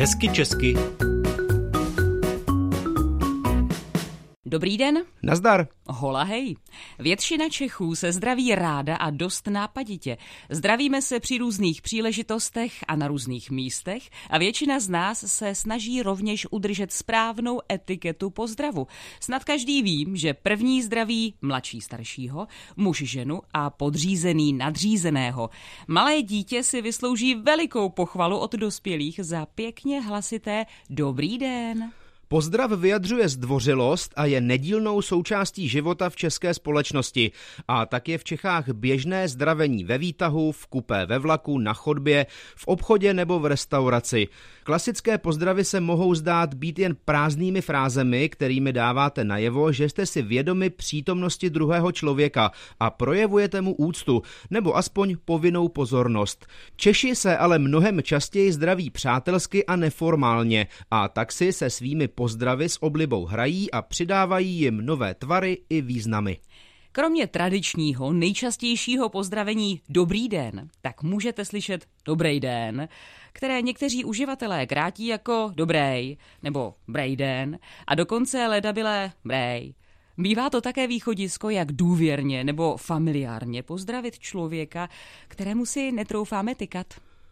Hezky česky. Dobrý den. Nazdar. Hola hej. Většina Čechů se zdraví ráda a dost nápaditě. Zdravíme se při různých příležitostech a na různých místech a většina z nás se snaží rovněž udržet správnou etiketu pozdravu. Snad každý ví, že první zdraví mladší staršího, muž ženu a podřízený nadřízeného. Malé dítě si vyslouží velikou pochvalu od dospělých za pěkně hlasité dobrý den. Pozdrav vyjadřuje zdvořilost a je nedílnou součástí života v české společnosti. A tak je v Čechách běžné zdravení ve výtahu, v kupé ve vlaku, na chodbě, v obchodě nebo v restauraci. Klasické pozdravy se mohou zdát být jen prázdnými frázemi, kterými dáváte najevo, že jste si vědomi přítomnosti druhého člověka a projevujete mu úctu, nebo aspoň povinnou pozornost. Češi se ale mnohem častěji zdraví přátelsky a neformálně a tak si se svými pozdravy s oblibou hrají a přidávají jim nové tvary i významy. Kromě tradičního nejčastějšího pozdravení dobrý den, tak můžete slyšet dobrý den, které někteří uživatelé krátí jako dobrej nebo brej den a dokonce ledabilé brej. Bývá to také východisko, jak důvěrně nebo familiárně pozdravit člověka, kterému si netroufáme tykat.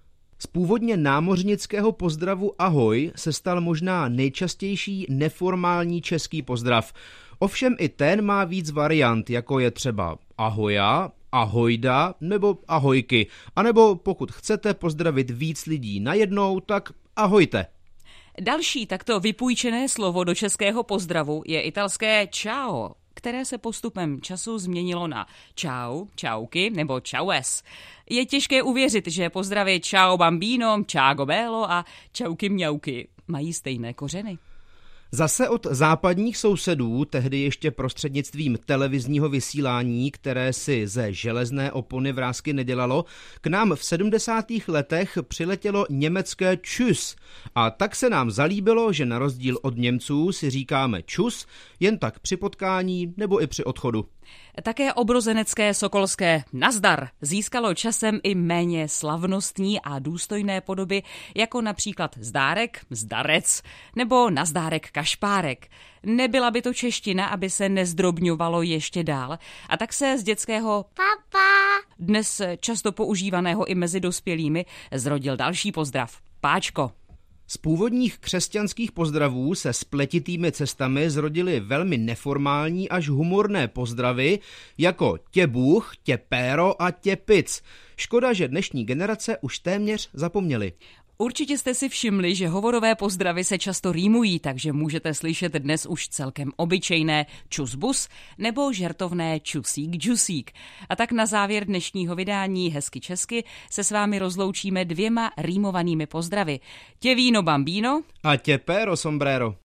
Z původně námořnického pozdravu ahoj se stal možná nejčastější neformální český pozdrav. Ovšem i ten má víc variant, jako je třeba ahoja, ahojda nebo ahojky. A nebo pokud chcete pozdravit víc lidí najednou, tak ahojte. Další takto vypůjčené slovo do českého pozdravu je italské ciao, které se postupem času změnilo na čau, čauky nebo čaues. Je těžké uvěřit, že pozdravy ciao bambino, ciao bello a čauky mňauky mají stejné kořeny. Zase od západních sousedů, tehdy ještě prostřednictvím televizního vysílání, které si ze železné opony vrásky nedělalo, k nám v 70. letech přiletělo německé tschüss. A tak se nám zalíbilo, že na rozdíl od Němců si říkáme čus jen tak při potkání nebo i při odchodu. Také obrozenecké sokolské nazdar získalo časem i méně slavnostní a důstojné podoby, jako například zdárek, zdarec nebo nazdárek kašpárek. Nebyla by to čeština, aby se nezdrobňovalo ještě dál. A tak se z dětského papa, dnes často používaného i mezi dospělými, zrodil další pozdrav. Páčko. Z původních křesťanských pozdravů se spletitými cestami zrodily velmi neformální až humorné pozdravy jako tě Bůh, tě péro a tě pic. Škoda, že dnešní generace už téměř zapomněly. Určitě jste si všimli, že hovorové pozdravy se často rýmují, takže můžete slyšet dnes už celkem obyčejné čusbus nebo žertovné čusík džusík. A tak na závěr dnešního vydání Hezky česky se s vámi rozloučíme 2 rýmovanými pozdravy. Tě víno bambino a tě péro sombrero.